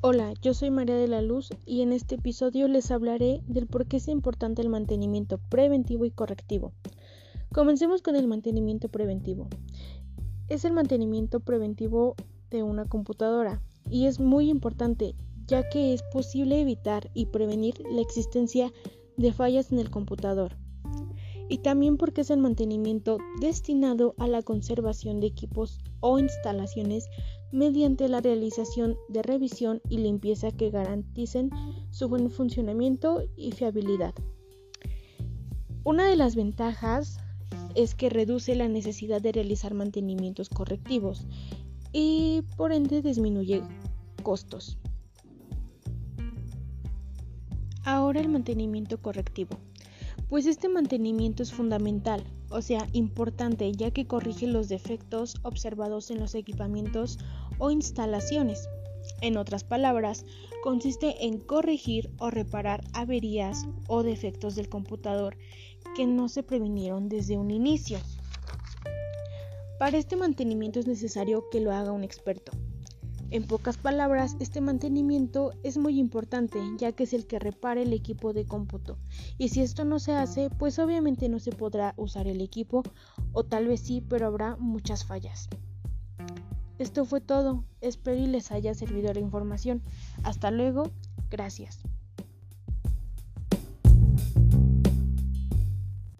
Hola, yo soy María de la Luz y en este episodio les hablaré del por qué es importante el mantenimiento preventivo y correctivo. Comencemos con el mantenimiento preventivo. Es el mantenimiento preventivo de una computadora y es muy importante ya que es posible evitar y prevenir la existencia de fallas en el computador. Y también porque es el mantenimiento destinado a la conservación de equipos o instalaciones mediante la realización de revisión y limpieza que garanticen su buen funcionamiento y fiabilidad. Una de las ventajas es que reduce la necesidad de realizar mantenimientos correctivos y por ende disminuye costos. Ahora el mantenimiento correctivo. Pues este mantenimiento es fundamental, o sea, importante, ya que corrige los defectos observados en los equipamientos o instalaciones. En otras palabras, consiste en corregir o reparar averías o defectos del computador que no se previnieron desde un inicio. Para este mantenimiento es necesario que lo haga un experto. En pocas palabras, este mantenimiento es muy importante, ya que es el que repara el equipo de cómputo. Y si esto no se hace, pues obviamente no se podrá usar el equipo, o tal vez sí, pero habrá muchas fallas. Esto fue todo. Espero y les haya servido la información. Hasta luego. Gracias.